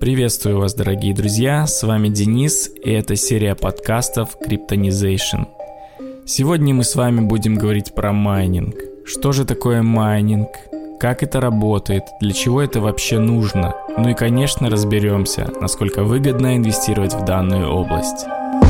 Приветствую вас, дорогие друзья, с вами Денис, и это серия подкастов Cryptonization. Сегодня мы с вами будем говорить про майнинг. Что же такое майнинг? Как это работает? Для чего это вообще нужно? Ну и, конечно, разберемся, насколько выгодно инвестировать в данную область.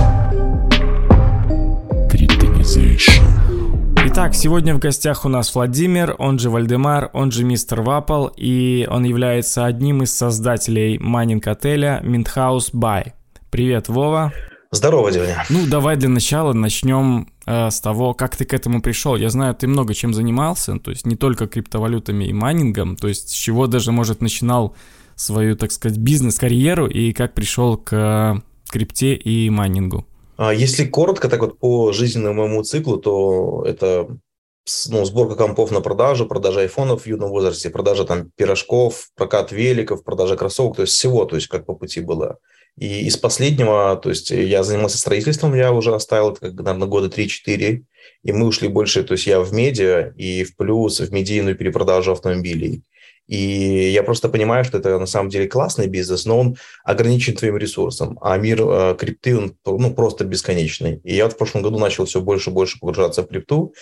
Cryptonization. Итак, сегодня в гостях у нас Владимир, он же Вальдемар, он же Мистер Вапал, и он является одним из создателей майнинг-отеля Minthouse Buy. Привет, Вова. Здорово, Деня. Ну, давай для начала начнем с того, как ты к этому пришел. Я знаю, ты много чем занимался, то есть не только криптовалютами и майнингом, то есть с чего даже, может, начинал свою, так сказать, бизнес-карьеру и как пришел к крипте и майнингу. Если коротко, так вот по жизненному моему циклу, то это сборка компов на продажу, продажа айфонов в юном возрасте, продажа там пирожков, прокат великов, продажа кроссовок, то есть всего, то есть как по пути было. И из последнего, то есть я занимался строительством, я уже оставил это, наверное, года 3-4, и мы ушли больше, то есть я в медиа и в плюс в медийную перепродажу автомобилей. И я просто понимаю, что это на самом деле классный бизнес, но он ограничен твоим ресурсом, а мир крипты, он просто бесконечный. И я в прошлом году начал все больше и больше погружаться в крипту,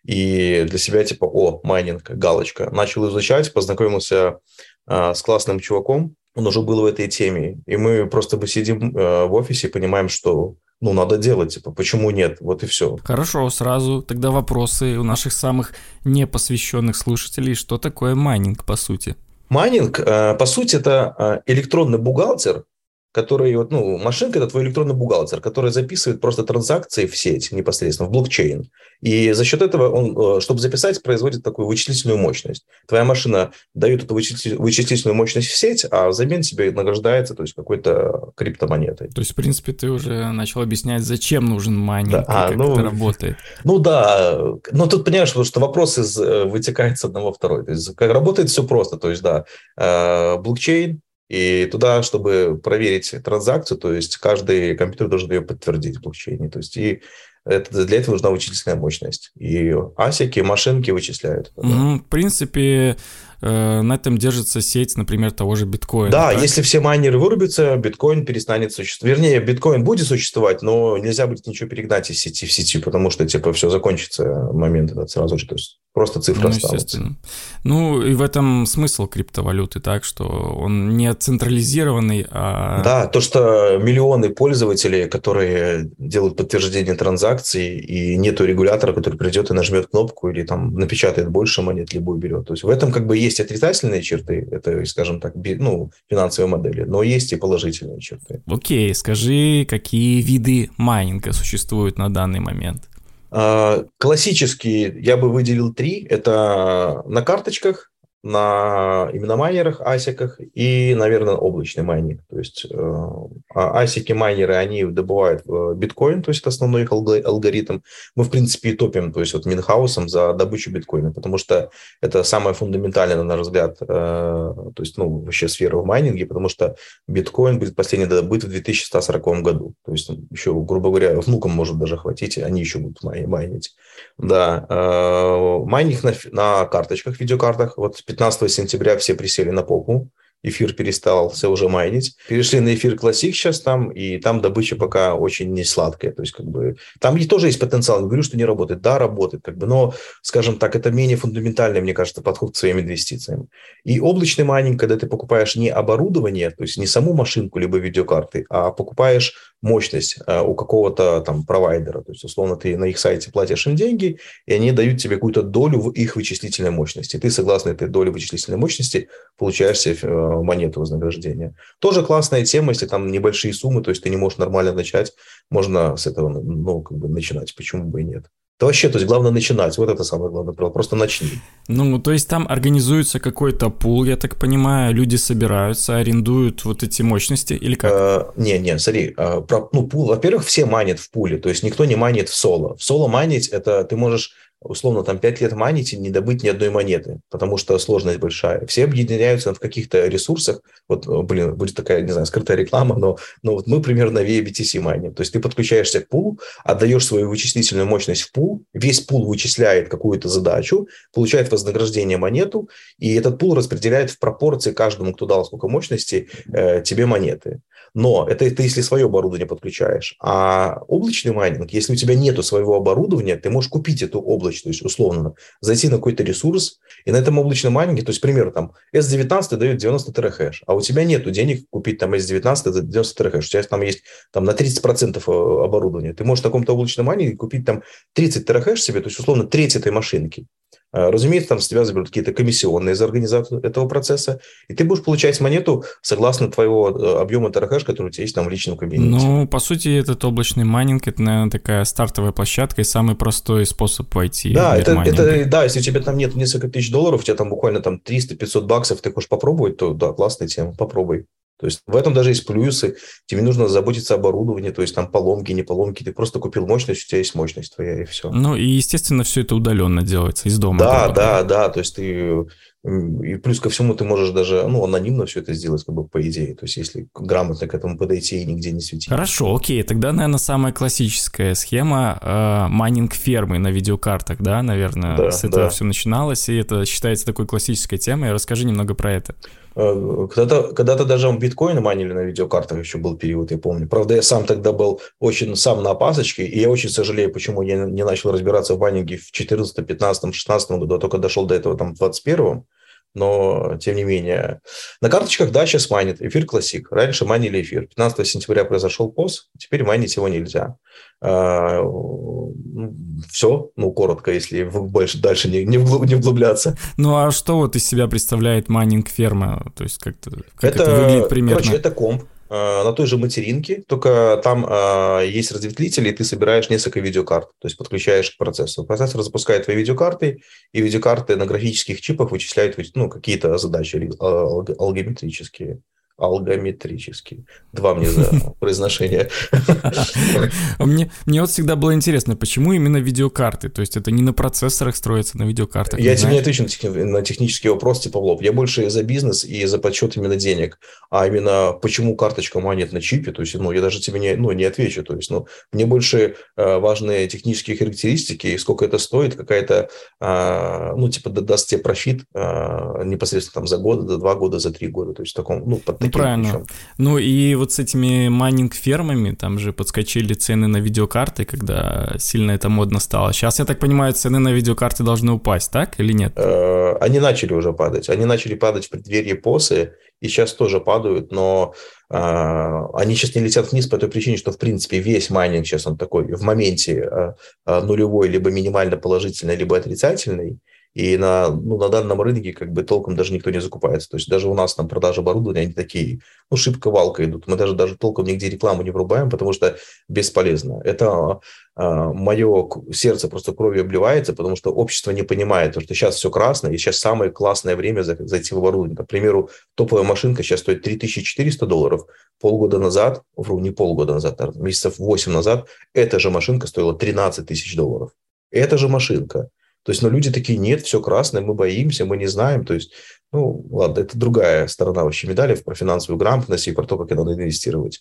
и для себя майнинг, галочка. Начал изучать, познакомился с классным чуваком, он уже был в этой теме, и мы просто сидим в офисе и понимаем, что надо делать, почему нет, вот и все. Хорошо, сразу тогда вопросы у наших самых непосвященных слушателей. Что такое майнинг, по сути? Майнинг, по сути, это электронный бухгалтер, который, машинка – это твой электронный бухгалтер, который записывает просто транзакции в сеть непосредственно, в блокчейн. И за счет этого он, чтобы записать, производит такую вычислительную мощность. Твоя машина дает эту вычислительную мощность в сеть, а взамен тебе награждается, то есть, какой-то криптомонетой. То есть, в принципе, ты уже начал объяснять, зачем нужен майнинг, да, как это работает. Да. Но тут, понимаешь, что вопрос вытекает с одного в второй. То есть, как работает все просто. То есть, блокчейн, и туда, чтобы проверить транзакцию, то есть каждый компьютер должен ее подтвердить в блокчейне. То есть и для этого нужна вычислительная мощность. И асики, машинки вычисляют. В принципе, на этом держится сеть, например, того же биткоина. Да, так? Если все майнеры вырубятся, биткоин перестанет существовать. Вернее, биткоин будет существовать, но нельзя будет ничего перегнать из сети в сети, потому что все закончится момент этот сразу же. То есть просто цифры останутся. И в этом смысл криптовалюты, так, что он не централизированный, а... Да, то, что миллионы пользователей, которые делают подтверждение транзакций, и нету регулятора, который придет и нажмет кнопку или там напечатает больше монет, либо уберет. То есть в этом есть отрицательные черты, это, скажем так, финансовые модели, но есть и положительные черты. Окей, скажи, какие виды майнинга существуют на данный момент? Классические я бы выделил 3. Это на карточках, именно майнерах, асиках и, наверное, облачный майнинг. То есть асики, майнеры, они добывают биткоин, то есть это основной их алгоритм. Мы, в принципе, и топим, то есть Минхаусом за добычу биткоина, потому что это самая фундаментальная, на наш взгляд, то есть, вообще сфера в майнинге, потому что биткоин будет последний добыт в 2140 году. То есть еще, грубо говоря, внукам может даже хватить, они еще будут майнить. Да, майнинг на карточках, видеокартах. Вот 15 сентября все присели на попу, эфир перестал все уже майнить. Перешли на эфир Classic сейчас и там добыча пока очень не сладкая. То есть, там тоже есть потенциал. Не говорю, что не работает. Да, работает, но, скажем так, это менее фундаментальный, мне кажется, подход к своим инвестициям. И облачный майнинг, когда ты покупаешь не оборудование, то есть не саму машинку либо видеокарты, а покупаешь мощность у какого-то там провайдера. То есть, условно, ты на их сайте платишь им деньги, и они дают тебе какую-то долю в их вычислительной мощности. Ты, согласно этой доле вычислительной мощности, получаешь себе монету вознаграждения. Тоже классная тема, если там небольшие суммы, то есть ты не можешь нормально начать, можно с этого начинать, почему бы и нет. Да вообще, то есть главное начинать, вот это самое главное правило, просто начни. То есть там организуется какой-то пул, я так понимаю, люди собираются, арендуют вот эти мощности или как? Смотри, пул, во-первых, все майнят в пуле, то есть никто не майнит в соло. В соло майнить, это ты можешь условно, там 5 лет майнить и не добыть ни одной монеты, потому что сложность большая. Все объединяются в каких-то ресурсах. Вот, блин, будет такая, не знаю, скрытая реклама, но вот мы примерно VBTC майним. То есть ты подключаешься к пулу, отдаешь свою вычислительную мощность в пул, весь пул вычисляет какую-то задачу, получает вознаграждение монету, и этот пул распределяет в пропорции каждому, кто дал сколько мощности, тебе монеты. Но это ты если свое оборудование подключаешь. А облачный майнинг, если у тебя нету своего оборудования, ты можешь купить эту облачность, то есть условно зайти на какой-то ресурс, и на этом облачном майнинге, то есть, к примеру, там S19 дает 90 терахэш, а у тебя нету денег купить там S19 за 90 терахэш, у тебя там есть там, на 30% оборудования. Ты можешь в таком-то облачном майнинге купить там 30 терахэш себе, то есть условно треть этой машинки. Разумеется, там с тебя заберут какие-то комиссионные за организацию этого процесса, и ты будешь получать монету согласно твоего объема терахэш, который у тебя есть там в личном кабинете. Ну, по сути, этот облачный майнинг – это, наверное, такая стартовая площадка и самый простой способ войти Да, в мир майнинга. да, если у тебя там нет несколько тысяч долларов, у тебя там буквально там 300-500 баксов, ты хочешь попробовать, то да, классная тема, попробуй. То есть в этом даже есть плюсы. Тебе не нужно заботиться об оборудовании, то есть там поломки, не поломки. Ты просто купил мощность, у тебя есть мощность твоя, и все. Ну, и, естественно, все это удаленно делается из дома. Да. То есть ты... И плюс ко всему ты можешь даже анонимно все это сделать, как бы по идее. То есть если грамотно к этому подойти и нигде не светить. Хорошо, окей. Тогда, наверное, самая классическая схема майнинг фермы на видеокартах, да, наверное, Да, с этого да. все начиналось, и это считается такой классической темой. Расскажи немного про это. Когда-то даже биткоины майнили на видеокартах, еще был период, я помню. Правда, я сам тогда был очень сам на опасочке, и я очень сожалею, почему я не начал разбираться в майнинге в 2014, 2015, 2016 году, а только дошел до этого там в 2021. Но, тем не менее, на карточках, да, сейчас майнит эфир классик. Раньше майнили эфир. 15 сентября произошел ПОС, теперь майнить его нельзя. Все, коротко, если больше дальше не углубляться. Ну, а что вот из себя представляет майнинг ферма? То есть, как это выглядит примерно? Короче, это комп на той же материнке, только там есть разветвлители, и ты собираешь несколько видеокарт, то есть подключаешь к процессору. Процессор запускает твои видеокарты, и видеокарты на графических чипах вычисляют какие-то задачи алгометрические. Два мне за произношение. Мне вот всегда было интересно, почему именно видеокарты? То есть это не на процессорах строится, на видеокартах? Я тебе не отвечу на технический вопрос, типа в лоб. Я больше за бизнес и за подсчет именно денег. А именно почему карточка майнит на чипе, то есть, я даже тебе не отвечу. То есть, мне больше важны технические характеристики, и сколько это стоит, какая-то, даст тебе профит непосредственно там за год, за 2 года, за 3 года. То есть, в таком, под таким правильно. ключом. Ну, и вот с этими майнинг-фермами, там же подскочили цены на видеокарты, когда сильно это модно стало. Сейчас, я так понимаю, цены на видеокарты должны упасть, так или нет? Они начали уже падать. Они начали падать в преддверии ПОСы, и сейчас тоже падают, но они сейчас не летят вниз по той причине, что, в принципе, весь майнинг сейчас он такой в моменте нулевой, либо минимально положительный, либо отрицательный. И на данном рынке как бы толком даже никто не закупается. То есть даже у нас там продажи оборудования, они такие, шибко-валко идут. Мы даже толком нигде рекламу не врубаем, потому что бесполезно. Это мое сердце просто кровью обливается, потому что общество не понимает, что сейчас все красное, и сейчас самое классное время зайти в оборудование. К примеру, топовая машинка сейчас стоит $3400. Полгода назад, не полгода назад, месяцев 8 назад, эта же машинка стоила $13 000. Эта же машинка. То есть, люди такие, нет, все красное, мы боимся, мы не знаем. То есть, ладно, это другая сторона вообще медали про финансовую грамотность и про то, как надо инвестировать.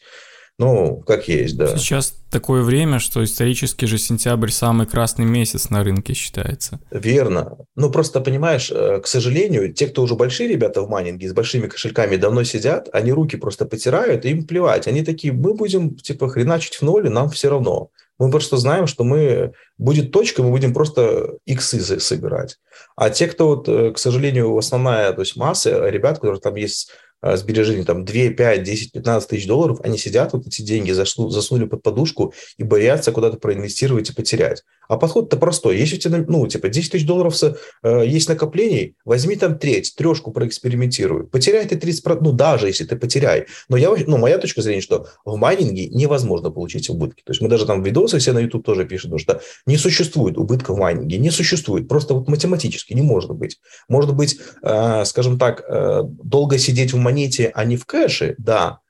Как есть, да. Сейчас такое время, что исторически же сентябрь самый красный месяц на рынке считается. Верно. Просто, понимаешь, к сожалению, те, кто уже большие ребята в майнинге, с большими кошельками давно сидят, они руки просто потирают, и им плевать. Они такие, мы будем, хреначить в ноль, нам все равно. Мы просто знаем, что будет точка, мы будем просто иксы собирать. А те, кто, к сожалению, основная, то есть масса ребят, которые там есть сбережений там 2, 5, 10, 15 тысяч долларов, они сидят, эти деньги засунули под подушку и боятся куда-то проинвестировать и потерять. А подход-то простой. Если у тебя, 10 тысяч долларов есть накоплений, возьми там трешку проэкспериментируй. Потеряй ты 30%, даже если ты потеряй. Но моя точка зрения, что в майнинге невозможно получить убытки. То есть мы даже там видосы все на YouTube тоже пишем, что не существует убытка в майнинге, не существует. Просто математически не может быть. Может быть, скажем так, долго сидеть в монете, а не в кэше, да.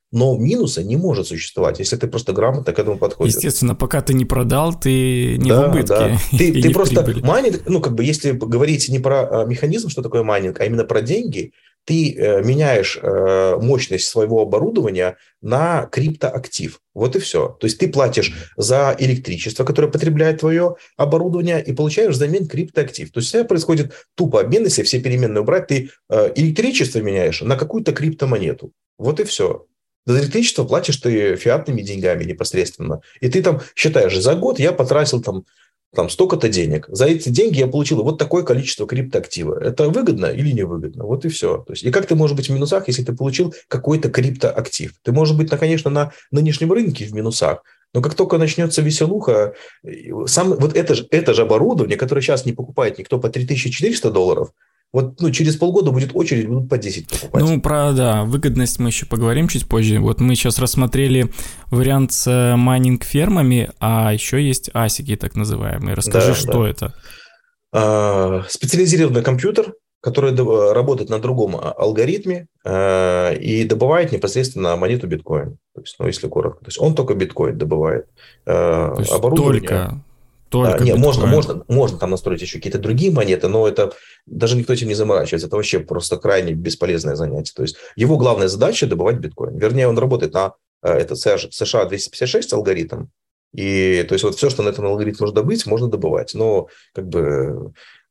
но минуса не может существовать, если ты просто грамотно к этому подходишь. Естественно, пока ты не продал, ты не в Да, убытке да. и Ты не в просто прибыли. майнинг, ну, как бы, если говорить не про механизм, что такое майнинг, а именно про деньги, ты меняешь мощность своего оборудования на криптоактив. Вот и все. То есть ты платишь за электричество, которое потребляет твое оборудование, и получаешь взамен криптоактив. То есть у тебя происходит тупо обмен, если все переменные убрать, ты электричество меняешь на какую-то криптомонету. Вот и все. За электричество платишь ты фиатными деньгами непосредственно. И ты там считаешь, за год я потратил там столько-то денег. За эти деньги я получил вот такое количество криптоактива. Это выгодно или невыгодно? Вот и все. То есть, и как ты можешь быть в минусах, если ты получил какой-то криптоактив? Ты можешь быть, конечно, на нынешнем рынке в минусах, но как только начнется веселуха, вот это же оборудование, которое сейчас не покупает никто по $3400, вот через полгода будет очередь, будут по 10 покупать. Ну, да, выгодность мы еще поговорим чуть позже. Вот мы сейчас рассмотрели вариант с майнинг-фермами, а еще есть асики, так называемые. Расскажи, что это? Специализированный компьютер, который работает на другом алгоритме и добывает непосредственно монету биткоин. То есть, если коротко. То есть он только биткоин добывает. То есть оборудование. Только нет, биткоин. можно там настроить еще какие-то другие монеты, но это даже никто этим не заморачивается. Это вообще просто крайне бесполезное занятие. То есть его главная задача – добывать биткоин. Вернее, он работает на США 256 алгоритм. И то есть вот все, что на этом алгоритме можно добыть, можно добывать. Но как бы,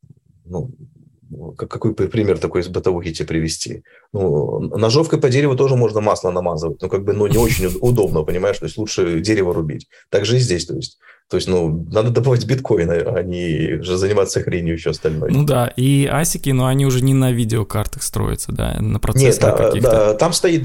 какой пример такой из бытовухи тебе привести? Ножовкой по дереву тоже можно масло намазывать, но не очень удобно, понимаешь? То есть лучше дерево рубить. Так же и здесь, то есть, надо добывать биткоин, а не же заниматься хренью еще остальной. Ну да, и асики, но они уже не на видеокартах строятся, да, на процессорах каких-то. Да, там стоит,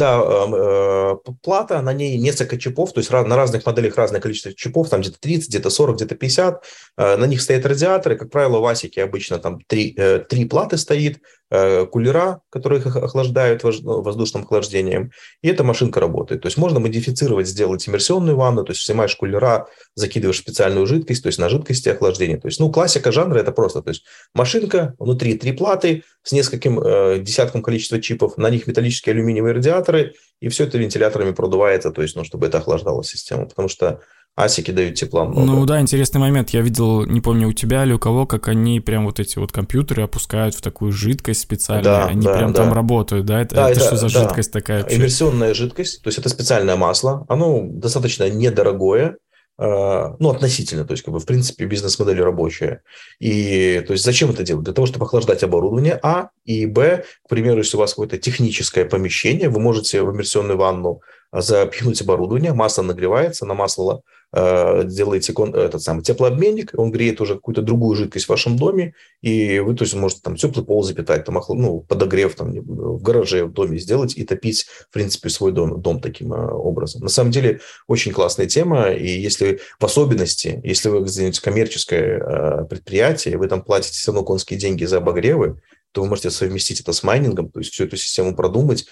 плата, на ней несколько чипов, то есть на разных моделях разное количество чипов, там где-то 30, где-то 40, где-то 50. На них стоят радиаторы, как правило, в асике обычно там 3 платы стоит, кулера, которые их охлаждают воздушным охлаждением, и эта машинка работает. То есть можно модифицировать, сделать иммерсионную ванну, то есть снимаешь кулера, закидываешь специальную жидкость, то есть на жидкости охлаждения. То есть, классика жанра это просто, то есть машинка, внутри 3 платы с нескольким десятком количества чипов, на них металлические алюминиевые радиаторы, и все это вентиляторами продувается, то есть, чтобы это охлаждало систему, потому что асики дают тепла много. Ну да, интересный момент. Я видел, не помню, у тебя или у кого, как они прям вот эти вот компьютеры опускают в такую жидкость специальную. Да, они прям там работают, да? Это что за жидкость такая вообще? Иммерсионная жидкость, то есть это специальное масло. Оно достаточно недорогое, относительно, то есть, в принципе, бизнес-модель рабочая. И, то есть, зачем это делать? Для того, чтобы охлаждать оборудование, и, б, к примеру, если у вас какое-то техническое помещение, вы можете в иммерсионную ванну запихнуть оборудование, масло нагревается, на масло делаете теплообменник, он греет уже какую-то другую жидкость в вашем доме, и вы, то есть, можете там теплый пол запитать, подогрев там в гараже, в доме сделать и топить, в принципе, свой дом таким образом. На самом деле, очень классная тема, и если в особенности, если вы где-нибудь коммерческое предприятие, вы там платите все равно конские деньги за обогревы, то вы можете совместить это с майнингом, то есть всю эту систему продумать,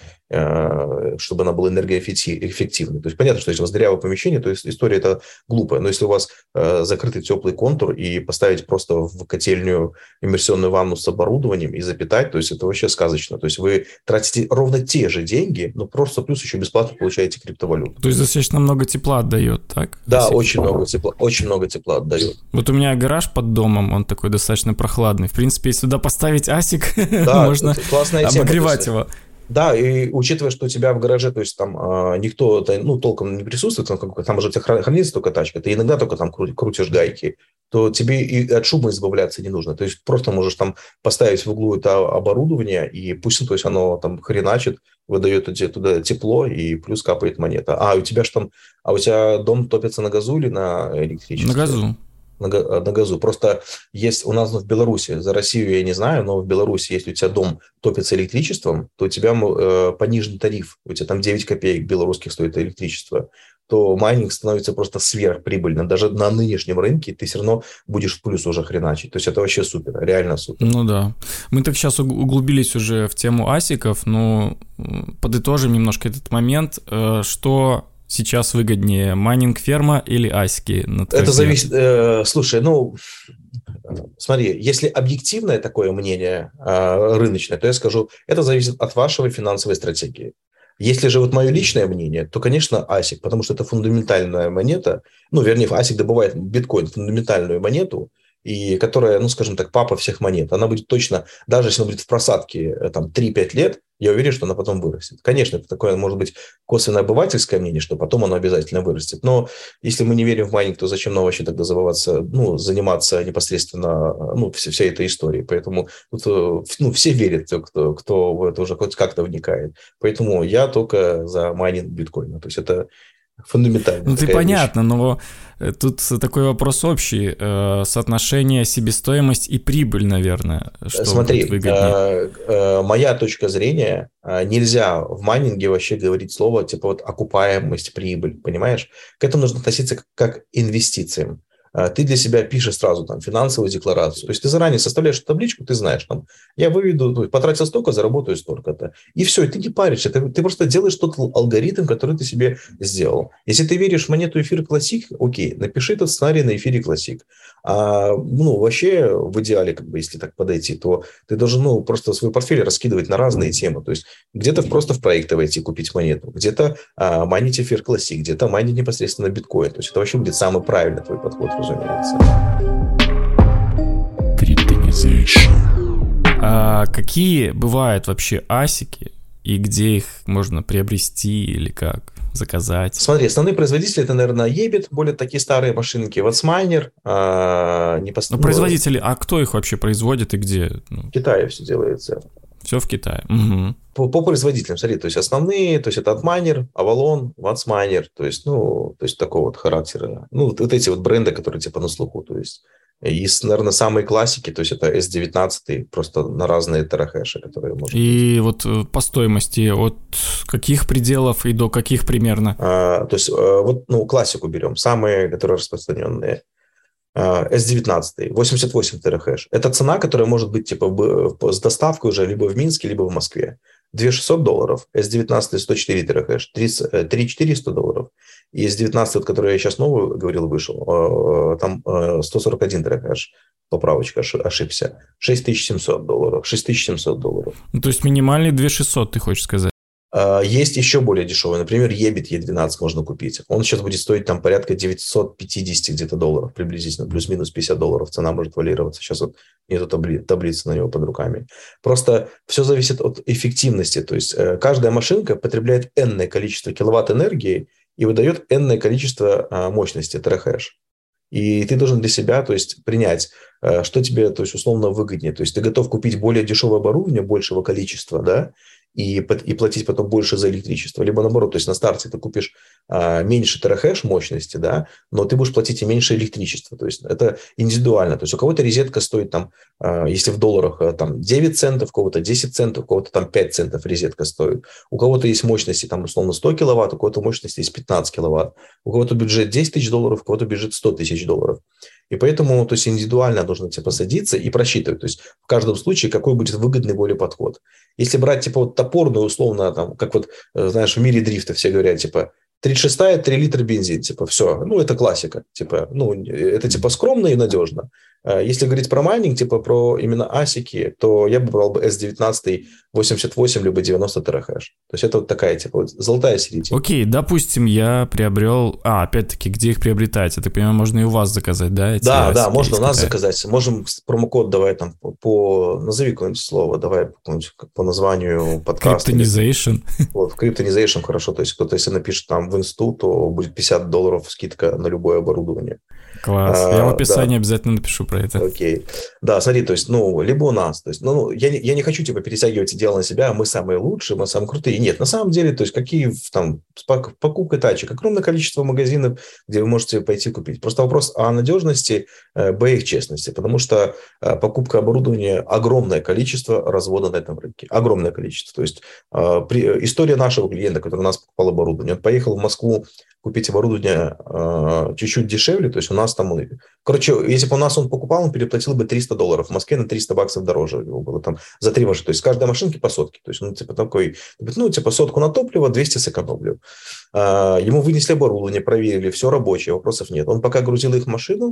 чтобы она была энергоэффективной. То есть понятно, что если у вас дырявое помещение, то есть история это глупая. Но если у вас закрытый теплый контур и поставить просто в котельную иммерсионную ванну с оборудованием и запитать, то есть это вообще сказочно. То есть вы тратите ровно те же деньги, но просто плюс еще бесплатно получаете криптовалюту. То есть достаточно много тепла отдает, так? Да, очень много тепла отдает. Вот у меня гараж под домом, он такой достаточно прохладный. В принципе, если сюда поставить асик, да, можно обогревать его. Да, и учитывая, что у тебя в гараже, то есть там никто толком не присутствует, там же у тебя хранится только тачка, ты иногда только там крутишь гайки, то тебе и от шума избавляться не нужно. То есть просто можешь там поставить в углу это оборудование, и пусть то есть оно там хреначит, выдает туда тепло, и плюс капает монета. У тебя дом топится на газу или на электричестве? На газу. На газу. Просто есть у нас в Беларуси, за Россию я не знаю, но в Беларуси, если у тебя дом топится электричеством, то у тебя пониженный тариф, у тебя там 9 копеек белорусских стоит электричество, то майнинг становится просто сверхприбыльным. Даже на нынешнем рынке ты все равно будешь в плюс уже хреначить. То есть это вообще супер, реально супер. Ну да. Мы так сейчас углубились уже в тему асиков, но подытожим немножко этот момент, что сейчас выгоднее, майнинг-ферма или асики? Это зависит... слушай, смотри, если объективное такое мнение рыночное, то я скажу, это зависит от вашей финансовой стратегии. Если же вот мое личное мнение, то, конечно, ASIC, потому что это фундаментальная монета, ну, вернее, ASIC добывает биткоин, фундаментальную монету, и которая, ну, скажем так, папа всех монет. Она будет точно, даже если она будет в просадке там 3-5 лет, я уверен, что она потом вырастет. Конечно, это такое, может быть, косвенное обывательское мнение, что потом оно обязательно вырастет. Но если мы не верим в майнинг, то зачем нам вообще тогда заниматься непосредственно всей этой историей? Поэтому тут, все верят, кто в это уже хоть как-то вникает. Поэтому я только за майнинг биткоина. То есть это фундаментальная Ну, ты такая понятно, но тут такой вопрос общий. Соотношение себестоимость и прибыль, наверное, что Смотри, будет выгоднее. моя точка зрения, нельзя в майнинге вообще говорить слово типа вот окупаемость, прибыль, понимаешь? К этому нужно относиться как к инвестициям. Ты для себя пишешь сразу там финансовую декларацию. То есть ты заранее составляешь табличку, ты знаешь, там, я выведу, потратил столько, заработаю столько-то. И все, и ты не паришься, ты просто делаешь тот алгоритм, который ты себе сделал. Если ты веришь в монету эфир Classic, окей, напиши этот сценарий на эфире Classic. Вообще, в идеале, как бы, если так подойти, то ты должен, просто свой портфель раскидывать на разные темы. То есть где-то просто в проекты войти, купить монету, где-то майнить эфир Classic, где-то майнить непосредственно биткоин. То есть это вообще будет самый правильный твой подход, разумеется. Криптонизейшн. А какие бывают вообще асики и где их можно приобрести или как заказать? Смотри, основные производители это, наверное, Ебит, более такие старые машинки, Ватсмайнер. Производители, а кто их вообще производит и где? В Китае все делается. Все в Китае. Угу. По производителям, смотри, то есть основные, то есть это Antminer, Avalon, Ватсмайнер, то есть такого вот характера. Вот эти вот бренды, которые типа на слуху, то есть из, наверное, самые классики, то есть это S19, просто на разные терахэши, которые можно... И вот по стоимости от каких пределов и до каких примерно? То есть классику берем, самые, которые распространенные. S19, 88 терахэш. Это цена, которая может быть типа с доставкой уже либо в Минске, либо в Москве. $2600, S19 104 терахэш, $3400. И S19, который я сейчас новый говорил, вышел, там 141 терахэш, поправочка, ошибся, $6700, $6700. Ну, то есть минимальный 2600, ты хочешь сказать? Есть еще более дешевый. Например, Ебит E12 можно купить. Он сейчас будет стоить там порядка 950 где-то долларов приблизительно. Плюс-минус $50 цена может варьироваться. Сейчас вот нету таблицы на него под руками. Просто все зависит от эффективности. То есть каждая машинка потребляет энное количество киловатт энергии и выдает энное количество мощности, терахэш. И ты должен для себя, то есть, принять, что тебе, то есть, условно выгоднее. То есть ты готов купить более дешевое оборудование, большего количества, да, и платить потом больше за электричество. Либо наоборот, то есть на старте ты купишь меньше терахэш мощности, да, но ты будешь платить и меньше электричества. То есть это индивидуально. То есть у кого-то розетка стоит там, если в долларах, там 9 центов, у кого-то 10 центов, у кого-то там 5 центов розетка стоит. У кого-то есть мощности там условно 100 киловатт, у кого-то мощности есть 15 киловатт. У кого-то бюджет 10 тысяч долларов, у кого-то бюджет 100 тысяч долларов. И поэтому, то есть, индивидуально нужно типа садиться и просчитывать. То есть, в каждом случае, какой будет выгодный более подход. Если брать, типа, вот топорную, условно, там, как вот, знаешь, в мире дрифта все говорят, типа, 36-я, 3 литра бензин, типа, все. Это классика. Типа, это, типа, скромно и надежно. Если говорить про майнинг, типа, про именно асики, то я бы брал бы S19 88, либо 90 терахэш. То есть, это вот такая, типа, вот золотая середина. Окей, допустим, я приобрел... опять-таки, где их приобретать? Я так понимаю, можно и у вас заказать, да? Да, можно у нас заказать. Можем промокод давай там назови какое-нибудь слово, давай по названию подкаста. Криптонизейшн. Вот, криптонизейшн хорошо. То есть, кто-то, если напишет там в инсту, то будет $50 скидка на любое оборудование. Класс. Я в описании обязательно напишу про это. Окей. Да, смотри, то есть, либо у нас. То есть, я не хочу, типа, перетягивать дело на себя, мы самые лучшие, мы самые крутые. Нет, на самом деле, то есть, какие там покупка тачек, огромное количество магазинов, где вы можете пойти купить. Просто вопрос о надежности, их честности, потому что покупка оборудования, огромное количество развода на этом рынке. Огромное количество. То есть, история нашего клиента, который у нас покупал оборудование, он поехал в Москву купить оборудование чуть-чуть дешевле, то есть у нас там... Короче, если бы у нас он покупал, он переплатил бы $300. В Москве на $300 дороже у него было там за 3 машины. То есть, с каждой машинки по сотке. То есть, такой, сотку на топливо, 200 сэкономлю. Ему вынесли оборудование, проверили, все рабочее, вопросов нет. Он пока грузил их в машину,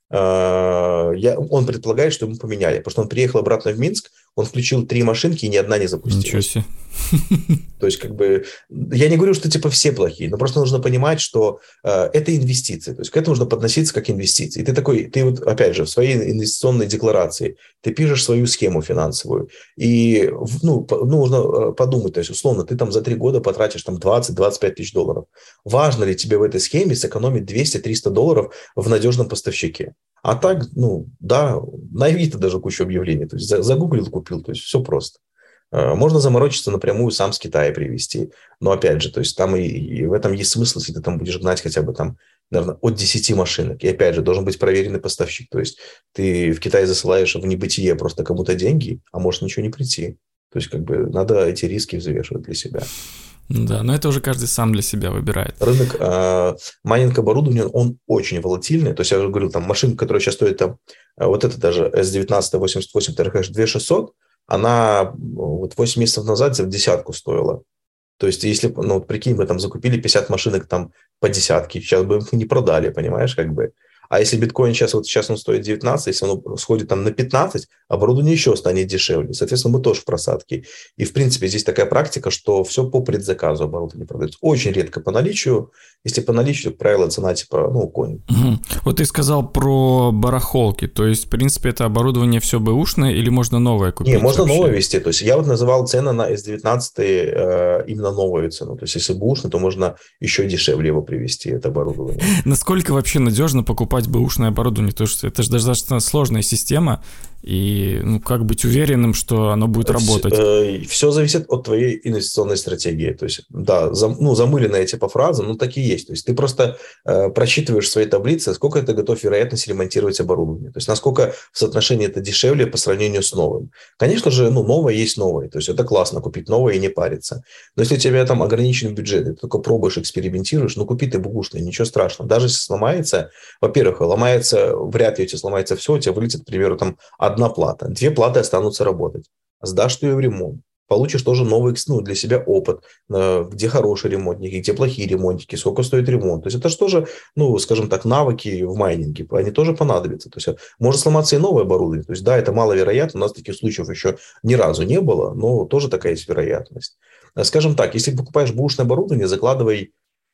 Он предполагает, что ему поменяли. Потому что он приехал обратно в Минск, он включил 3 машинки, и ни одна не запустилась. Ничего себе. То есть, я не говорю, что типа все плохие, но просто нужно понимать, что это инвестиции. То есть, к этому нужно подноситься как инвестиции. И ты вот, опять же, в своей инвестиционной декларации ты пишешь свою схему финансовую. И, нужно подумать, то есть, условно, ты там за 3 года потратишь там 20-25 тысяч долларов. Важно ли тебе в этой схеме сэкономить 200-300 долларов в надежном поставщике? А так, да, на Авито даже кучу объявлений. То есть, загуглил, купил. То есть, все просто. Можно заморочиться напрямую сам с Китая привезти. Но опять же, то есть там и в этом есть смысл, если ты там будешь гнать хотя бы там, наверное, от 10 машинок. И опять же, должен быть проверенный поставщик. То есть ты в Китай засылаешь в небытие просто кому-то деньги, а может ничего не прийти. То есть надо эти риски взвешивать для себя. Да, но это уже каждый сам для себя выбирает. Рынок майнинг оборудования, он очень волатильный. То есть я уже говорил, там машинка, которая сейчас стоит там, вот это даже S19 88 TRH 2600, она вот 8 месяцев назад за десятку стоила. То есть, если, прикинь, мы там закупили 50 машинок там по десятке, сейчас бы мы не продали, понимаешь, А если биткоин сейчас он стоит 19, если он сходит там на 15, оборудование еще станет дешевле. Соответственно, мы тоже в просадке. И, в принципе, здесь такая практика, что все по предзаказу оборудование продается. Очень редко по наличию. Если по наличию, как правило, цена типа, конь. Угу. Вот ты сказал про барахолки. То есть, в принципе, это оборудование все бэушное или можно новое купить? Не, можно новое вести. То есть, я вот называл цены на S19 именно новую цену. То есть, если бэушный, то можно еще дешевле его привести, это оборудование. Насколько вообще надежно покупать бэушное оборудование? Потому что это же достаточно сложная система. И как быть уверенным, что оно будет работать? Все зависит от твоей инвестиционной стратегии. То есть, да, замыленная типа фраза, так и есть. То есть, ты просто просчитываешь в своей таблице, сколько ты готов вероятность ремонтировать оборудование. То есть, насколько в соотношении это дешевле по сравнению с новым. Конечно же, новое есть новое. То есть, это классно купить новое и не париться. Но если у тебя там ограниченный бюджет, ты только пробуешь, экспериментируешь, купи ты бэушный, ничего страшного. Даже если сломается, во-первых, вряд ли у тебя сломается все, у тебя вылетит, к примеру, там 1 плата. 2 платы останутся работать. Сдашь ты ее в ремонт. Получишь тоже новый для себя опыт, где хорошие ремонтники, где плохие ремонтники, сколько стоит ремонт. То есть это же тоже, скажем так, навыки в майнинге, они тоже понадобятся. То есть может сломаться и новое оборудование. То есть да, это маловероятно, у нас таких случаев еще ни разу не было, но тоже такая есть вероятность. Скажем так, если покупаешь бэушное оборудование, закладывай,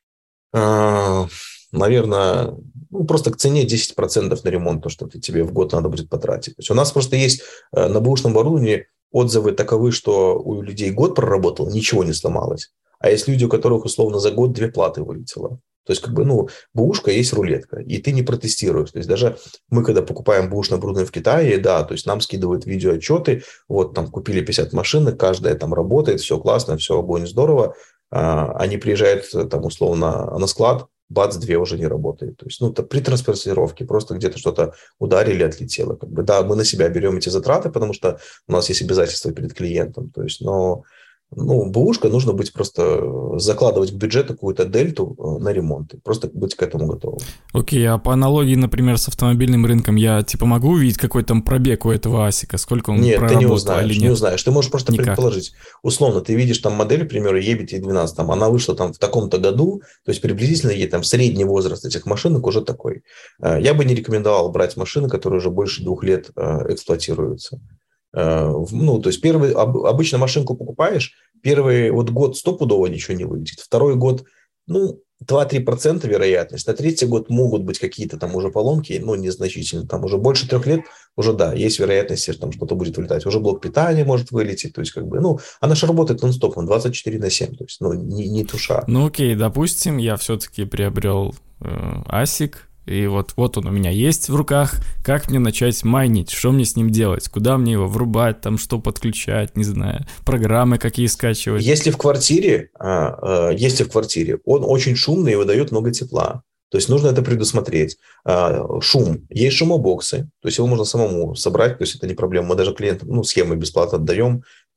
наверное, просто к цене 10% на ремонт, то, что тебе в год надо будет потратить. То есть у нас просто есть на бэушном оборудовании отзывы таковы, что у людей год проработал, ничего не сломалось. А есть люди, у которых условно за год 2 платы вылетело. То есть, бэушка есть рулетка, и ты не протестируешь. То есть, даже мы, когда покупаем бэушное оборудование в Китае, да, то есть, нам скидывают видеоотчеты, вот, там, купили 50 машинок, каждая там работает, все классно, все огонь, здорово. Они приезжают, там, условно, на склад, бац, 2 уже не работает. То есть, при транспортировке просто где-то что-то ударили, отлетело. Да, мы на себя берем эти затраты, потому что у нас есть обязательства перед клиентом. То есть, бэушка нужно быть просто закладывать к бюджету какую-то дельту на ремонт. Просто быть к этому готовым. Окей, а по аналогии, например, с автомобильным рынком, я могу увидеть, какой там пробег у этого асика, сколько он проработал? Нет, ты не узнаешь. Ты можешь просто Никак. предположить. Условно, ты видишь там модель, к примеру, EBT-12, там, она вышла там в таком-то году, то есть приблизительно ей там средний возраст этих машинок уже такой. Я бы не рекомендовал брать машины, которые уже больше 2 лет эксплуатируются. То есть обычно машинку покупаешь, первый год стопудово ничего не вылетит, второй год, 2-3% вероятность, на третий год могут быть какие-то там уже поломки, незначительно, там уже больше 3 лет, уже да, есть вероятность, что там что-то будет вылетать, уже блок питания может вылететь, то есть она же работает нон-стопом, 24/7, то есть не туша. Окей, допустим, я все-таки приобрел асик, и вот он у меня есть в руках. Как мне начать майнить? Что мне с ним делать? Куда мне его врубать? Там что подключать? Не знаю. Программы какие скачивать? Если в квартире, он очень шумный и выдает много тепла. То есть нужно это предусмотреть. Шум. Есть шумобоксы. То есть его можно самому собрать. То есть это не проблема. Мы даже клиентам схемы бесплатно отдаем.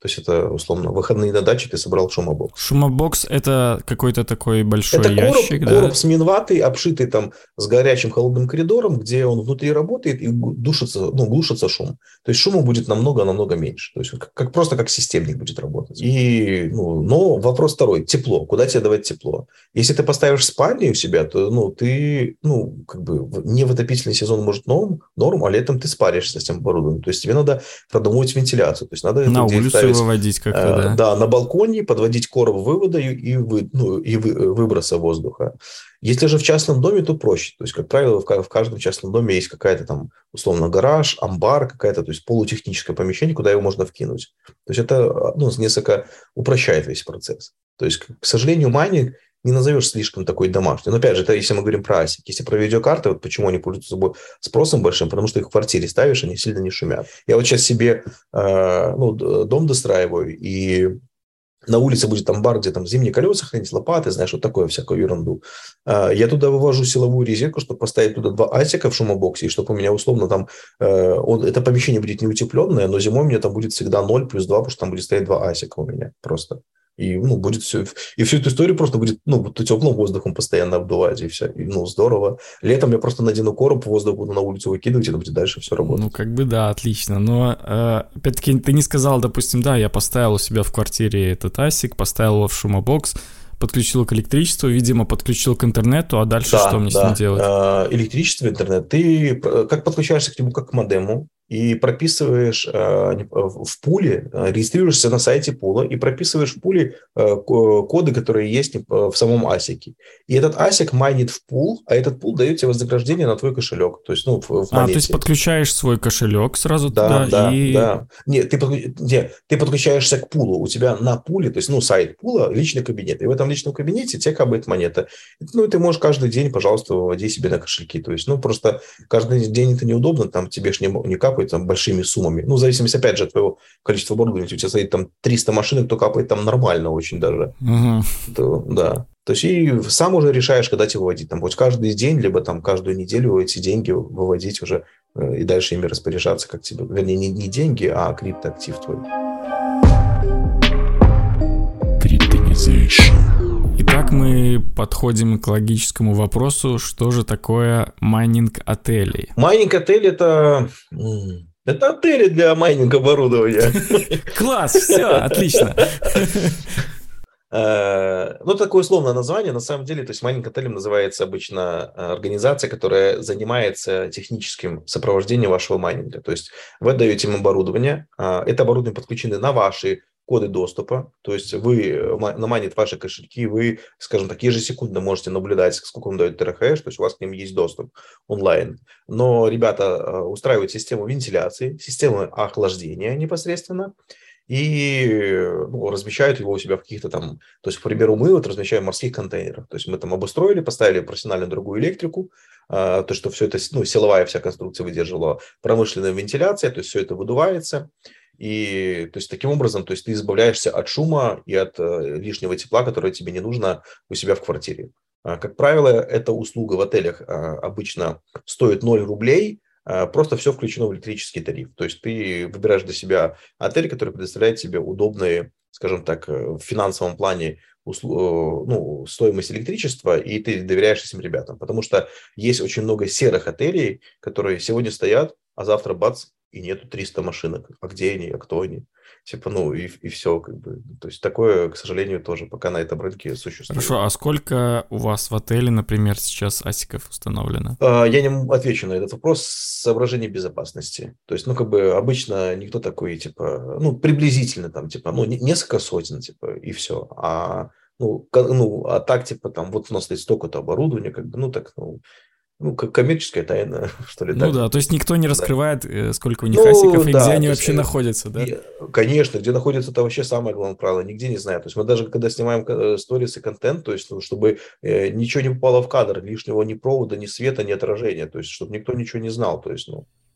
То есть это, условно, выходные на даче ты собрал шумобокс. Шумобокс — это какой-то такой большой Это ящик, да? короб с минватой, обшитый там с горячим холодным коридором, где он внутри работает и глушится шум. То есть шума будет намного-намного меньше. То есть просто как системник будет работать. Но вопрос второй. Тепло. Куда тебе давать тепло? Если ты поставишь в спальне у себя, то ты не в отопительный сезон может норм, а летом ты спаришься с этим оборудованием. То есть тебе надо продумывать вентиляцию. То есть надо На это улицу ставить, выводить как-то, да? да, на балконе, подводить короб вывода и выброса воздуха. Если же в частном доме, то проще. То есть, как правило, в каждом частном доме есть какая-то там, условно, гараж, амбар какая-то, то есть полутехническое помещение, куда его можно вкинуть. То есть это несколько упрощает весь процесс. То есть, к сожалению, майнинг не назовешь слишком такой домашний. Но опять же, это если мы говорим про ASIC. Если про видеокарты, вот почему они пользуются собой спросом большим, потому что их в квартире ставишь, они сильно не шумят. Я вот сейчас себе дом достраиваю, и на улице будет там бар, где там зимние колеса хранить, лопаты, знаешь, вот такое, всякую ерунду. Я туда вывожу силовую розетку, чтобы поставить туда 2 асика в шумобоксе, и чтобы у меня условно там, это помещение будет не утепленное, но зимой у меня там будет всегда 0 плюс 2, потому что там будет стоять 2 асика у меня просто. И, будет все, и всю эту историю просто будет, теплым воздухом постоянно обдувать, и все. И, здорово. Летом я просто надену короб, воздух буду на улицу выкидывать, и это будет дальше все работать. Да, отлично. Но, опять-таки, ты не сказал, допустим, да, я поставил у себя в квартире этот асик, поставил его в шумобокс, подключил к электричеству, видимо, подключил к интернету, а дальше что мне с ним делать? Электричество, интернет. Ты как подключаешься к нему, как к модему, и прописываешь в пуле, регистрируешься на сайте пула и прописываешь в пуле коды, которые есть в самом асике. И этот асик майнит в пул, а этот пул дает тебе вознаграждение на твой кошелек. То есть, в монете. То есть подключаешь свой кошелек сразу туда. и... Да. Нет, ты подключаешься к пулу. У тебя на пуле, то есть, сайт пула, личный кабинет. И в этом личном кабинете тебе капает монета. Ты можешь каждый день, пожалуйста, выводи себе на кошельки. То есть, просто каждый день это неудобно, там тебе ж не капает там большими суммами. В зависимости, опять же, от твоего количества оборудования. У тебя стоит там 300 машин, то капает там нормально очень даже. Да. То есть, и сам уже решаешь, когда тебе выводить. Там, хоть каждый день, либо там каждую неделю эти деньги выводить уже и дальше ими распоряжаться, как тебе. Вернее, не деньги, а криптоактив твой. Итак, мы подходим к логическому вопросу, что же такое майнинг отелей? Майнинг отель это отели для майнинг оборудования. Класс, все, отлично. Такое условное название. На самом деле, то есть майнинг отелем называется обычно организация, которая занимается техническим сопровождением вашего майнинга. То есть вы отдаете им оборудование, это оборудование подключено на ваши коды доступа, то есть вы намайнит ваши кошельки, вы, скажем так, ежесекундно можете наблюдать, сколько вам дает Terahash, то есть у вас к ним есть доступ онлайн. Но ребята устраивают систему вентиляции, систему охлаждения непосредственно, и размещают его у себя в каких-то там, то есть, к примеру, мы размещаем в морских контейнерах, то есть мы там обустроили, поставили профессиональную другую электрику, то, что все это, силовая вся конструкция выдерживала, промышленная вентиляция, то есть все это выдувается. И то есть таким образом, то есть ты избавляешься от шума и от лишнего тепла, которое тебе не нужно у себя в квартире. Как правило, эта услуга в отелях обычно стоит 0 рублей, просто все включено в электрический тариф. То есть ты выбираешь для себя отель, который предоставляет тебе удобные, скажем так, в финансовом плане стоимость электричества, и ты доверяешь этим ребятам. Потому что есть очень много серых отелей, которые сегодня стоят, а завтра бац, и нету 300 машинок. А где они, а кто они? И все, То есть такое, к сожалению, тоже пока на этом рынке существует. Хорошо, а сколько у вас в отеле, например, сейчас асиков установлено? Я не отвечу на этот вопрос с соображений безопасности. То есть, обычно никто такой, приблизительно там, несколько сотен, и все. А так, вот у нас стоит столько-то оборудования, коммерческая тайна, что ли. Да, то есть никто не раскрывает, сколько у них асиков и где они вообще находятся, да? Конечно, где находятся, это вообще самое главное правило, нигде не знаю. То есть мы даже, когда снимаем сторис и контент, то есть, чтобы ничего не попало в кадр, лишнего ни провода, ни света, ни отражения, то есть, чтобы никто ничего не знал, то есть,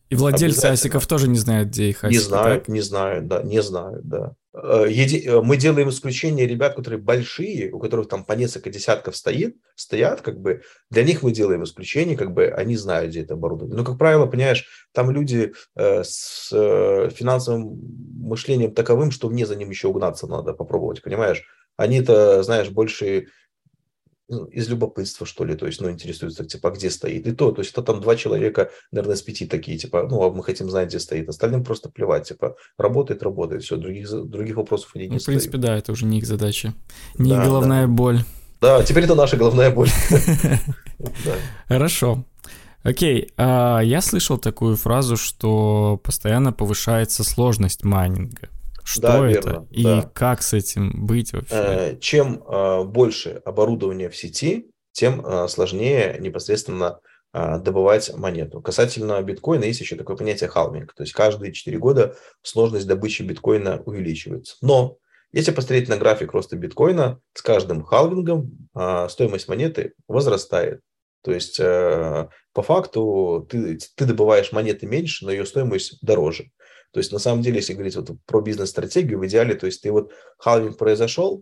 И владельцы Обязательно. асиков тоже не знают, где их асики, так? Не знают, да, не знают, да. Мы делаем исключение ребят, которые большие, у которых там по несколько десятков стоят, как бы, для них мы делаем исключение, как бы, они знают, где это оборудование. Но, как правило, понимаешь, там люди с финансовым мышлением таковым, что мне за ним еще угнаться надо попробовать, понимаешь? Они-то, знаешь, больше из любопытства, что ли, то есть, интересуются, типа, где стоит. И то есть, это там 2 человека, наверное, с 5 такие, типа, а мы хотим знать, где стоит. Остальным просто плевать, типа, работает, все, других вопросов они Ну, не в принципе, задают. да, это уже не их задача, не их Да, да. головная боль. Да, теперь это наша головная боль. Да. Хорошо. Окей, я слышал такую фразу, что постоянно повышается сложность майнинга. Да, Что это верно, и да. как с этим быть вообще? Чем больше оборудования в сети, тем сложнее непосредственно добывать монету. Касательно биткоина есть еще такое понятие халвинг. То есть каждые 4 года сложность добычи биткоина увеличивается. Но если посмотреть на график роста биткоина, с каждым халвингом стоимость монеты возрастает. То есть по факту ты добываешь монеты меньше, но ее стоимость дороже. То есть на самом деле, если говорить вот про бизнес-стратегию, в идеале, то есть ты вот халвинг произошел,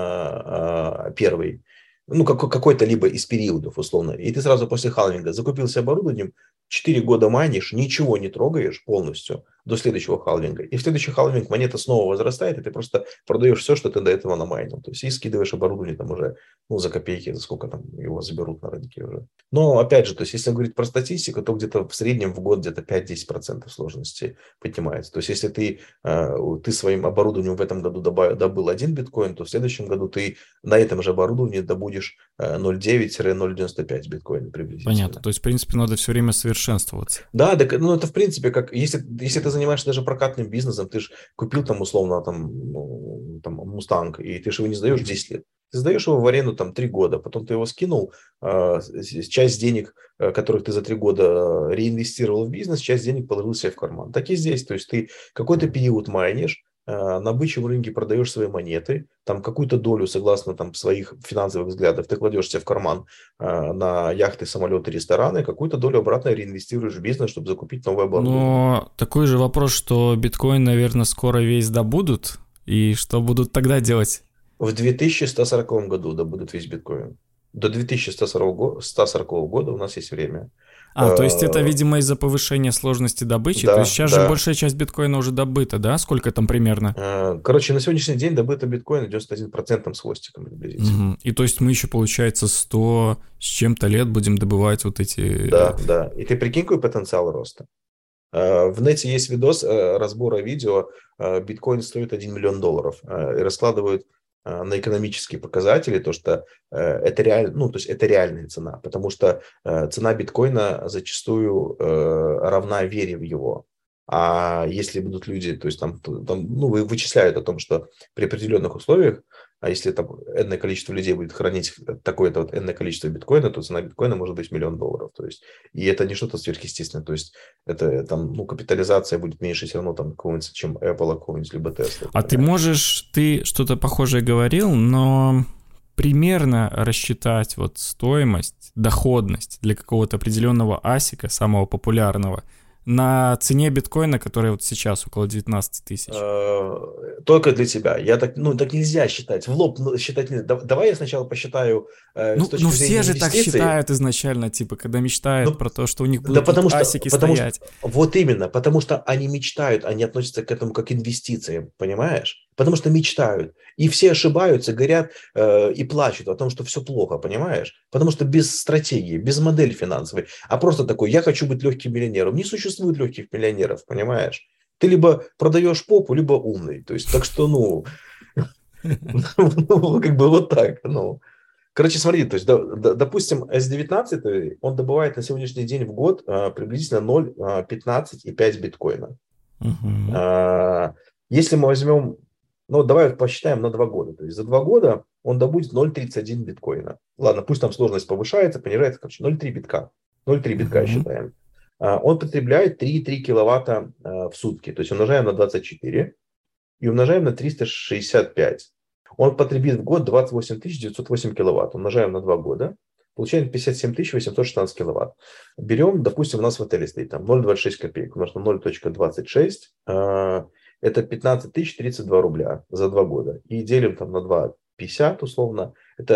первый, какой-то либо из периодов, условно, и ты сразу после халвинга закупился оборудованием, 4 года майнишь, ничего не трогаешь полностью до следующего халвинга. И в следующий халвинг монета снова возрастает, и ты просто продаешь все, что ты до этого намайнил. То есть и скидываешь оборудование там уже за копейки, за сколько там его заберут на рынке уже. Но опять же, то есть если говорить про статистику, то где-то в среднем в год где-то 5-10% сложности поднимается. То есть если ты своим оборудованием в этом году добыл 1 биткоин, то в следующем году ты на этом же оборудовании добудешь 0,9-0,95 биткоина Понятно, приблизительно. то есть, в принципе, надо все время совершенствоваться. Да, так, это в принципе, как если ты занимаешься даже прокатным бизнесом, ты же купил там условно там Мустанг, и ты же его не сдаешь 10 лет. Ты сдаешь его в аренду там 3 года, потом ты его скинул, часть денег, которых ты за 3 года реинвестировал в бизнес, часть денег положил себе в карман. Так и здесь, то есть ты какой-то период майнишь, на бычьем рынке продаешь свои монеты, там какую-то долю, согласно там своих финансовых взглядов, ты кладешь себе в карман на яхты, самолеты, рестораны, какую-то долю обратно реинвестируешь в бизнес, чтобы закупить новое оборудование. Но такой же вопрос, что биткоин, наверное, скоро весь добудут, и что будут тогда делать? В 2140 году добудут весь биткоин. До 2140 года у нас есть время. То есть это, видимо, из-за повышения сложности добычи. То есть Да, сейчас же да. большая часть биткоина уже добыта, да? Сколько там примерно? Короче, на сегодняшний день добыто биткоина 91% с хвостиком приблизительно. Мгм. И то есть мы еще, получается, 100 с чем-то лет будем добывать вот эти... Да, да. И ты прикинь, какой потенциал роста. В нете есть видос разбора видео. Биткоин стоит $1 миллион. И раскладывают на экономические показатели, то, что это реально, то есть это реальная цена, потому что цена биткоина зачастую равна вере в его. А если будут люди, то есть вычисляют о том, что при определенных условиях, а если там энное количество людей будет хранить такое-то вот энное количество биткоина, то цена биткоина может быть $1 миллион. То есть, и это не что-то сверхъестественное. То есть это там, капитализация будет меньше все равно там какого-нибудь, чем Apple, какого-нибудь, либо Tesla, А ты понимаешь? ты что-то похожее говорил, но примерно рассчитать вот стоимость, доходность для какого-то определенного асика, самого популярного, на цене биткоина, которая вот сейчас около 19 тысяч. Только для тебя. Так нельзя считать. В лоб считать нельзя. Давай я сначала посчитаю с Ну точки все зрения же так инвестиций. считают изначально, типа, когда мечтают Ну, про то, что у них да будут тут асики потому что, стоять. вот именно, потому что они мечтают, они относятся к этому как к инвестициям, понимаешь? Потому что мечтают. И все ошибаются, горят и плачут о том, что все плохо, понимаешь? Потому что без стратегии, без модели финансовой, а просто такой, я хочу быть легким миллионером. Не существует легких миллионеров, понимаешь? Ты либо продаешь попу, либо умный. То есть, так что, как бы вот так, Короче, смотри, то есть, допустим, S19, он добывает на сегодняшний день в год приблизительно 0,15,5 биткоина. Мгм. Если мы возьмем, давай посчитаем на 2 года. То есть за 2 года он добудет 0,31 биткоина. Ладно, пусть там сложность повышается, понижается, короче, 0,3 битка. 0,3 битка Мгм. считаем. Он потребляет 3,3 киловатта в сутки. То есть умножаем на 24 и умножаем на 365. Он потребит в год 28 908 киловатт. Умножаем на 2 года. получаем 57 816 киловатт. Берем, допустим, у нас в отеле стоит там 0,26 копеек, умножить на 0,26, это 15 032 рубля за 2 года. И делим там на 2,50 условно,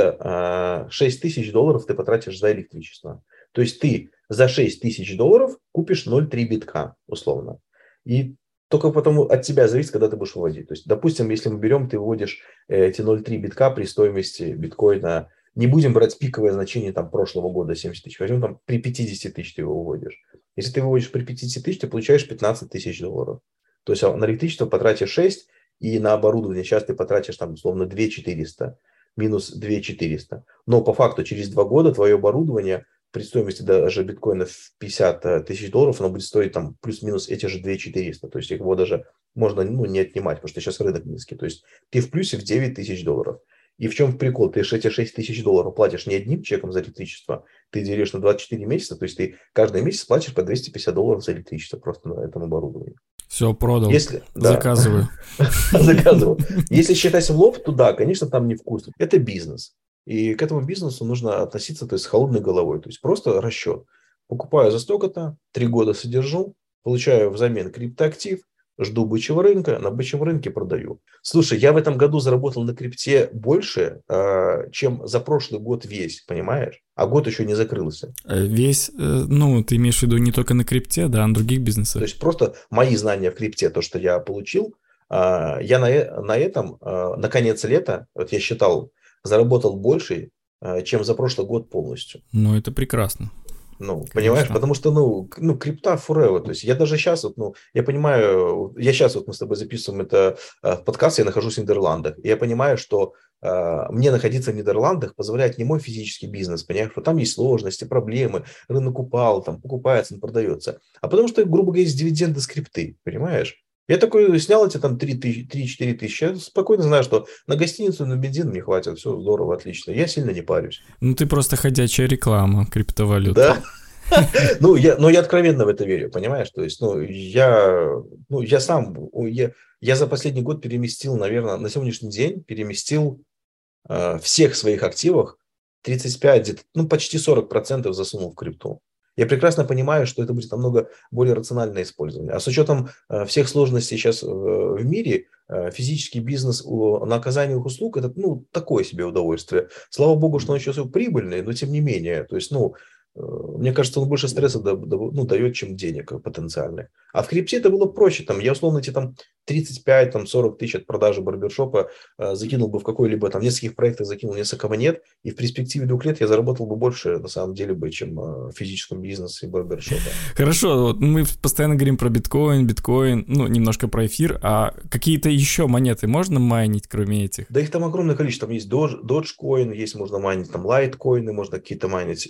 это 6 тысяч долларов ты потратишь за электричество. То есть ты за 6 тысяч долларов купишь 0,3 битка условно. И только потом от тебя зависит, когда ты будешь выводить. То есть, допустим, если мы берем, ты выводишь эти 0,3 битка при стоимости биткоина, не будем брать пиковое значение там, прошлого года 70 тысяч, возьмем там при 50 тысяч ты его выводишь. Если ты выводишь при 50 тысяч, ты получаешь 15 тысяч долларов. То есть на электричество потратишь 6, и на оборудование сейчас ты потратишь там условно 2 400, минус 2 400. Но по факту через 2 года твое оборудование при стоимости даже биткоина в 50 тысяч долларов, оно будет стоить там плюс-минус эти же 2 400. То есть его даже можно не отнимать, потому что сейчас рынок низкий. То есть ты в плюсе в 9 тысяч долларов. И в чем прикол? Ты эти 6 тысяч долларов платишь не одним чеком за электричество, ты делишь на 24 месяца, то есть ты каждый месяц платишь по 250 долларов за электричество просто на этом оборудовании. Все, продал. Да. Заказываю. Заказываю. Если считать в лоб, то да, конечно, там невкусно. Это бизнес. И к этому бизнесу нужно относиться, то есть, с холодной головой. То есть просто расчет. Покупаю за столько-то, 3 года содержу, получаю взамен криптоактив, жду бычьего рынка, на бычьем рынке продаю. Слушай, я в этом году заработал на крипте больше, чем за прошлый год весь, понимаешь? А год еще не закрылся. Весь, ты имеешь в виду не только на крипте, да, а на других бизнесах. То есть просто мои знания в крипте, то, что я получил, я на этом, на конец лета, вот я считал, заработал больше, чем за прошлый год полностью. Ну, это прекрасно. Понимаешь, потому что, крипта forever. То есть я даже сейчас, я понимаю, мы с тобой записываем это подкаст, я нахожусь в Нидерландах, и я понимаю, что мне находиться в Нидерландах позволяет не мой физический бизнес, понимаешь, что там есть сложности, проблемы, рынок упал, там покупается, он продается, а потому что, грубо говоря, есть дивиденды с крипты, понимаешь? Я такой снял эти там 3-4 тысячи, я спокойно знаю, что на гостиницу, на бензин мне хватит, все здорово, отлично, я сильно не парюсь. Ты просто ходячая реклама криптовалюты. Да? Я откровенно в это верю, понимаешь? То есть, я за последний год переместил, наверное, на сегодняшний день всех своих активов 35, почти 40% засунул в крипту. Я прекрасно понимаю, что это будет намного более рациональное использование. А с учетом всех сложностей сейчас в мире, физический бизнес на оказание услуг – это такое себе удовольствие. Слава богу, что он еще прибыльный, но тем не менее. То есть, мне кажется, он больше стресса дает, чем денег потенциальных. А в крипте это было проще. Я условно эти 35-40 тысяч от продажи барбершопа закинул бы в какой-либо в нескольких проектах закинул несколько монет, и в перспективе 2 лет я заработал бы больше, на самом деле, чем в физическом бизнесе барбершопа. Хорошо, мы постоянно говорим про биткоин, немножко про эфир, а какие-то еще монеты можно майнить, кроме этих? Да их там огромное количество. Там есть Dogecoin, есть можно майнить, Litecoin, можно какие-то майнить.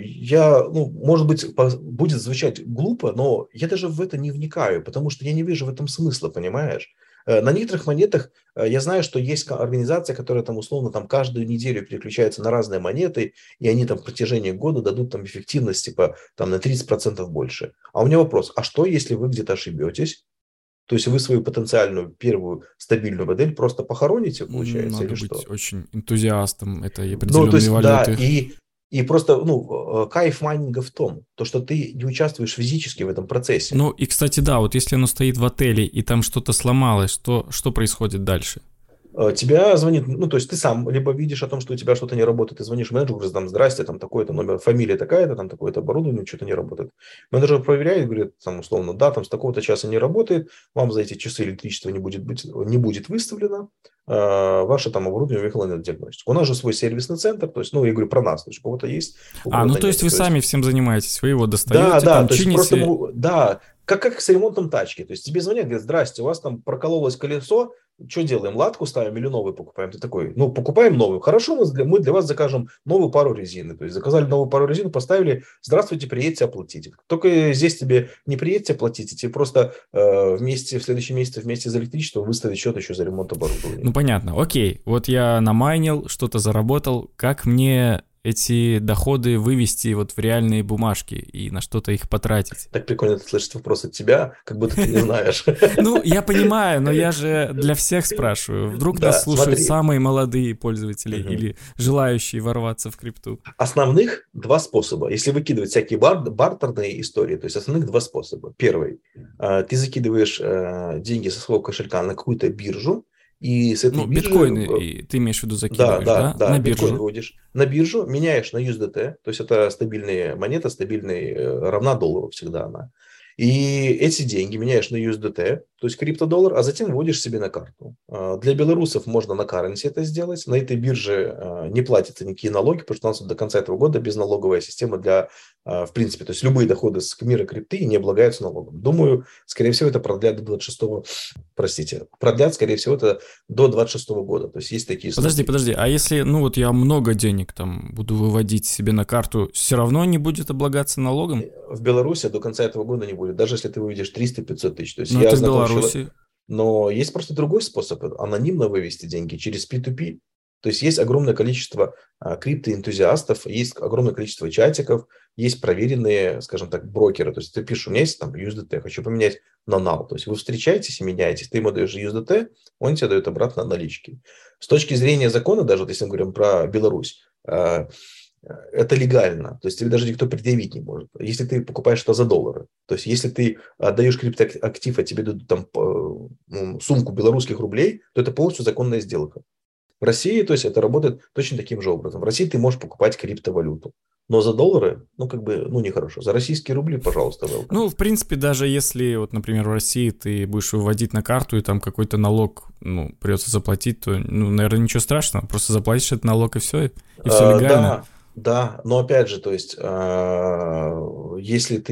Может быть, будет звучать глупо, но я даже в это не вникаю, потому что я не вижу в этом смысла, понимаешь? На некоторых монетах я знаю, что есть организация, которая условно каждую неделю переключается на разные монеты, и они в протяжении года дадут эффективность на 30% больше. А у меня вопрос, а что, если вы где-то ошибетесь? То есть вы свою потенциальную первую стабильную модель просто похороните, получается, Надо или быть что? очень энтузиастом этой определенной валюты. Да, и просто, кайф майнинга в том, что ты не участвуешь физически в этом процессе. И, кстати, да, вот если оно стоит в отеле, и там что-то сломалось, что происходит дальше? Тебя звонит, то есть ты сам либо видишь о том, что у тебя что-то не работает, ты звонишь менеджеру, говоришь, здрасте, такой-то номер, фамилия такая-то, такое-то оборудование, что-то не работает. Менеджер проверяет, говорит, условно, да, с такого-то часа не работает, вам за эти часы электричество не будет выставлено, ваше оборудование уехало на диагностику. У нас же свой сервисный центр, то есть, я говорю про нас, то есть у кого-то есть. То есть вы сами всем занимаетесь, вы его достаете, да, чините. Просто, да, как с ремонтом тачки. То есть тебе звонят, говорят, здрасте, у вас прокололось колесо, что делаем, латку ставим или новый покупаем? Ты такой, покупаем новую. Хорошо, мы для вас закажем новую пару резины. То есть заказали новую пару резины, поставили, здравствуйте, приедьте, оплатите. Только здесь тебе не приедьте, оплатите, тебе просто в следующем месяце вместе за электричество выставить счет еще за ремонт оборудования. Понятно, окей, вот я намайнил, что-то заработал, как мне эти доходы вывести вот в реальные бумажки и на что-то их потратить? Так прикольно слышать вопрос от тебя, как будто ты не знаешь. Ну, я понимаю, но я же для всех спрашиваю. Вдруг нас слушают самые молодые пользователи или желающие ворваться в крипту. Основных два способа. Если выкидывать всякие бартерные истории, то есть основных два способа. Первый. Ты закидываешь деньги со своего кошелька на какую-то биржу, и с этой биржи... биткоины ты имеешь в виду закидываешь, да? На биржу. Биткоин выводишь на биржу, меняешь на USDT, то есть это стабильная монета, равна доллару всегда она. И эти деньги меняешь на USDT, то есть криптодоллар, а затем вводишь себе на карту. Для белорусов можно на currency это сделать. На этой бирже не платятся никакие налоги, потому что у нас до конца этого года безналоговая система для, в принципе, то есть любые доходы с мира крипты не облагаются налогом. Думаю, скорее всего, это продлят до 26 скорее всего, это до 26 года. То есть есть такие случаи. Подожди, а если, я много денег там буду выводить себе на карту, все равно не будет облагаться налогом? В Беларуси до конца этого года не будет, даже если ты выведешь 300-500 тысяч. То есть это в Беларуси. Но есть просто другой способ анонимно вывести деньги через P2P. То есть есть огромное количество криптоэнтузиастов, есть огромное количество чатиков, есть проверенные, скажем так, брокеры. То есть ты пишешь, у меня есть там USDT, хочу поменять на NAL. То есть вы встречаетесь и меняетесь, ты ему даешь USDT, он тебе дает обратно налички. С точки зрения закона, даже вот если мы говорим про Беларусь, это легально, то есть тебе даже никто предъявить не может. Если ты покупаешь это за доллары, то есть если ты отдаешь криптоактив, а тебе дадут там сумку белорусских рублей, то это полностью законная сделка. В России, то есть это работает точно таким же образом. В России ты можешь покупать криптовалюту, но за доллары, нехорошо. За российские рубли, пожалуйста, welcome. В принципе, даже если, например, в России ты будешь выводить на карту, и там какой-то налог, придется заплатить, то, наверное, ничего страшного. Просто заплатишь этот налог, и все легально. Да, но опять же, то есть, если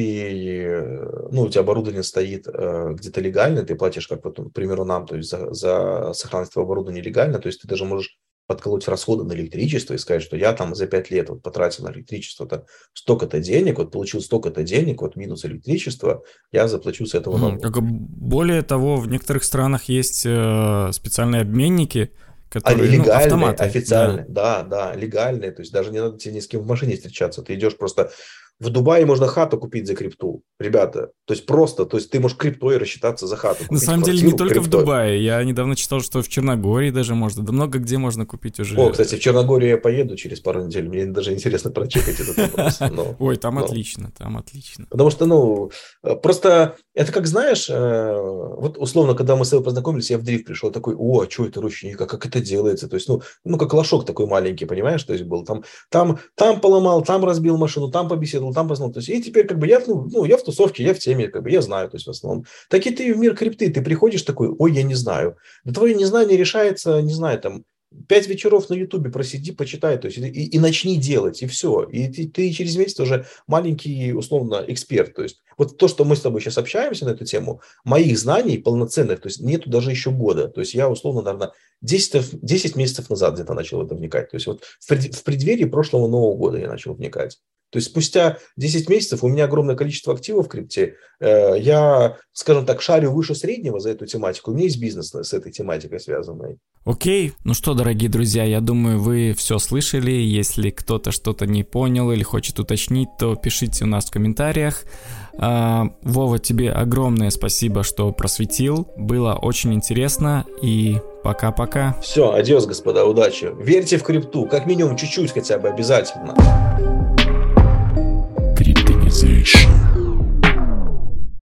у тебя оборудование стоит где-то легально, ты платишь, как, к примеру, нам, то есть за сохранность оборудования легально, то есть ты даже можешь подколоть расходы на электричество и сказать, что я там за 5 лет потратил на электричество столько-то денег, получил столько-то денег, минус электричество, я заплачу с этого налога. Более того, в некоторых странах есть специальные обменники, которые, легальные, автоматы. официальные, да, легальные, то есть даже не надо тебе ни с кем в машине встречаться, ты идешь просто... В Дубае можно хату купить за крипту, ребята. То есть ты можешь криптой рассчитаться за хату. На самом деле не только в Дубае. Я недавно читал, что в Черногории даже можно. Да много где можно купить уже. Кстати, в Черногорию я поеду через пару недель. Мне даже интересно прочекать этот вопрос. Ой, там отлично. Потому что, просто это как, знаешь, вот условно, когда мы с тобой познакомились, я в дрифт пришел такой, что это ручник, как это делается? То есть, как лошок такой маленький, понимаешь? То есть был там поломал, там разбил машину, там побеседовал, там познал. То есть, и теперь я в тусовке, я в теме, я знаю, то есть в основном. Так и ты в мир крипты, ты приходишь такой, я не знаю. Да твое незнание решается, не знаю, 5 вечеров на Ютубе просиди, почитай, то есть и начни делать, и все. И ты через месяц уже маленький, условно, эксперт. То есть вот то, что мы с тобой сейчас общаемся на эту тему, моих знаний полноценных, то есть нету даже еще года. То есть я, условно, наверное, 10 месяцев назад где-то начал в это вникать. То есть вот в преддверии прошлого Нового года я начал вникать. То есть спустя 10 месяцев у меня огромное количество активов в крипте. Я, скажем так, шарю выше среднего за эту тематику. У меня есть бизнес с этой тематикой связанный. Окей. Ну что, дорогие друзья, я думаю, вы все слышали. Если кто-то что-то не понял или хочет уточнить, то пишите у нас в комментариях. Вова, тебе огромное спасибо, что просветил. Было очень интересно. И пока-пока. Все, адьос, господа, удачи. Верьте в крипту, как минимум чуть-чуть хотя бы обязательно. Cryptonization.